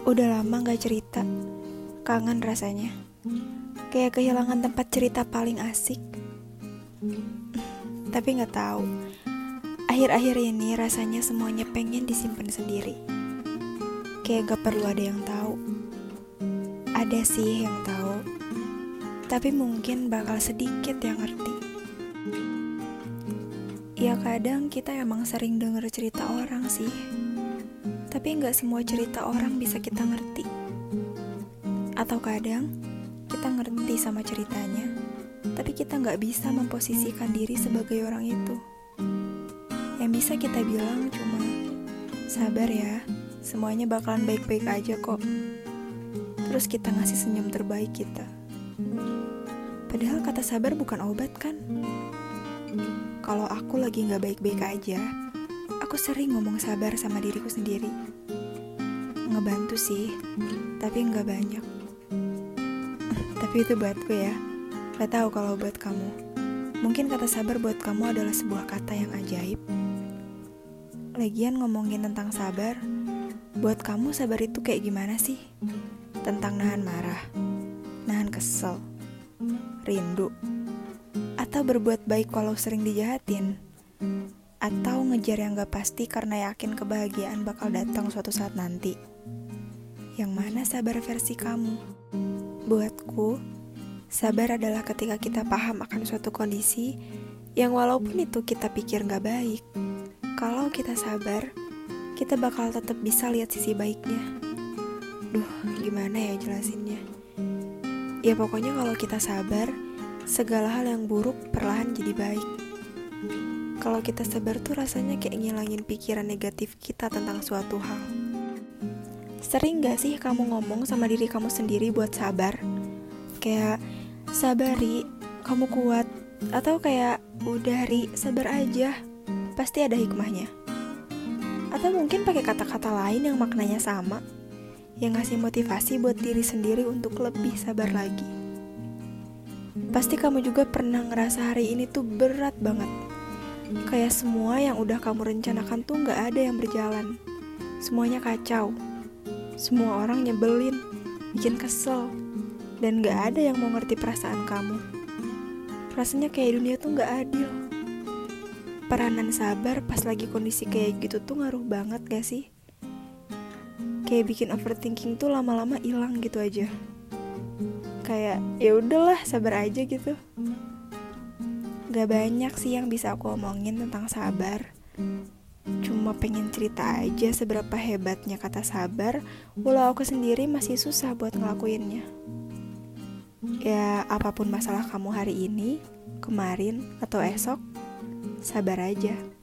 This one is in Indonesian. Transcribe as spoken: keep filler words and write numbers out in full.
Udah lama gak cerita, kangen rasanya. Kayak kehilangan tempat cerita paling asik. Tapi gak tahu. Akhir-akhir ini rasanya semuanya pengen disimpan sendiri. Kayak gak perlu ada yang tahu. Ada sih yang tahu, tapi mungkin bakal sedikit yang ngerti. Ya kadang kita emang sering denger cerita orang sih, tapi gak semua cerita orang bisa kita ngerti. Atau kadang kita ngerti sama ceritanya, tapi kita gak bisa memposisikan diri sebagai orang itu. Yang bisa kita bilang cuma, sabar ya, semuanya bakalan baik-baik aja kok. Terus kita ngasih senyum terbaik kita. Padahal kata sabar bukan obat kan? Kalau aku lagi gak baik-baik aja, aku sering ngomong sabar sama diriku sendiri. Ngebantu sih, tapi gak banyak. Tapi itu buatku ya. Gak tahu kalau buat kamu. Mungkin kata sabar buat kamu adalah sebuah kata yang ajaib. Lagian ngomongin tentang sabar, buat kamu sabar itu kayak gimana sih? Tentang nahan marah, nahan kesel, rindu, atau berbuat baik walau sering dijahatin, atau ngejar yang gak pasti karena yakin kebahagiaan bakal datang suatu saat nanti. Yang mana sabar versi kamu? Buatku, sabar adalah ketika kita paham akan suatu kondisi yang walaupun itu kita pikir gak baik, kalau kita sabar, kita bakal tetap bisa lihat sisi baiknya. Duh, gimana ya jelasinnya? Ya pokoknya kalau kita sabar, segala hal yang buruk perlahan jadi baik. Kalau kita sabar tuh rasanya kayak ngilangin pikiran negatif kita tentang suatu hal. Sering gak sih kamu ngomong sama diri kamu sendiri buat sabar? Kayak, sabar Ri, kamu kuat. Atau kayak, udah Ri, sabar aja, pasti ada hikmahnya. Atau mungkin pakai kata-kata lain yang maknanya sama, yang ngasih motivasi buat diri sendiri untuk lebih sabar lagi. Pasti kamu juga pernah ngerasa hari ini tuh berat banget. Kayak semua yang udah kamu rencanakan tuh gak ada yang berjalan. Semuanya kacau. Semua orang nyebelin, bikin kesel, dan gak ada yang mau ngerti perasaan kamu. Rasanya kayak dunia tuh gak adil. Peranan sabar pas lagi kondisi kayak gitu tuh ngaruh banget gak sih? Kayak bikin overthinking tuh lama-lama hilang gitu aja. Kayak ya udahlah sabar aja gitu. Gak banyak sih yang bisa aku omongin tentang sabar. Cuma pengen cerita aja seberapa hebatnya kata sabar, walau aku sendiri masih susah buat ngelakuinnya. Ya apapun masalah kamu hari ini, kemarin, atau esok, sabar aja.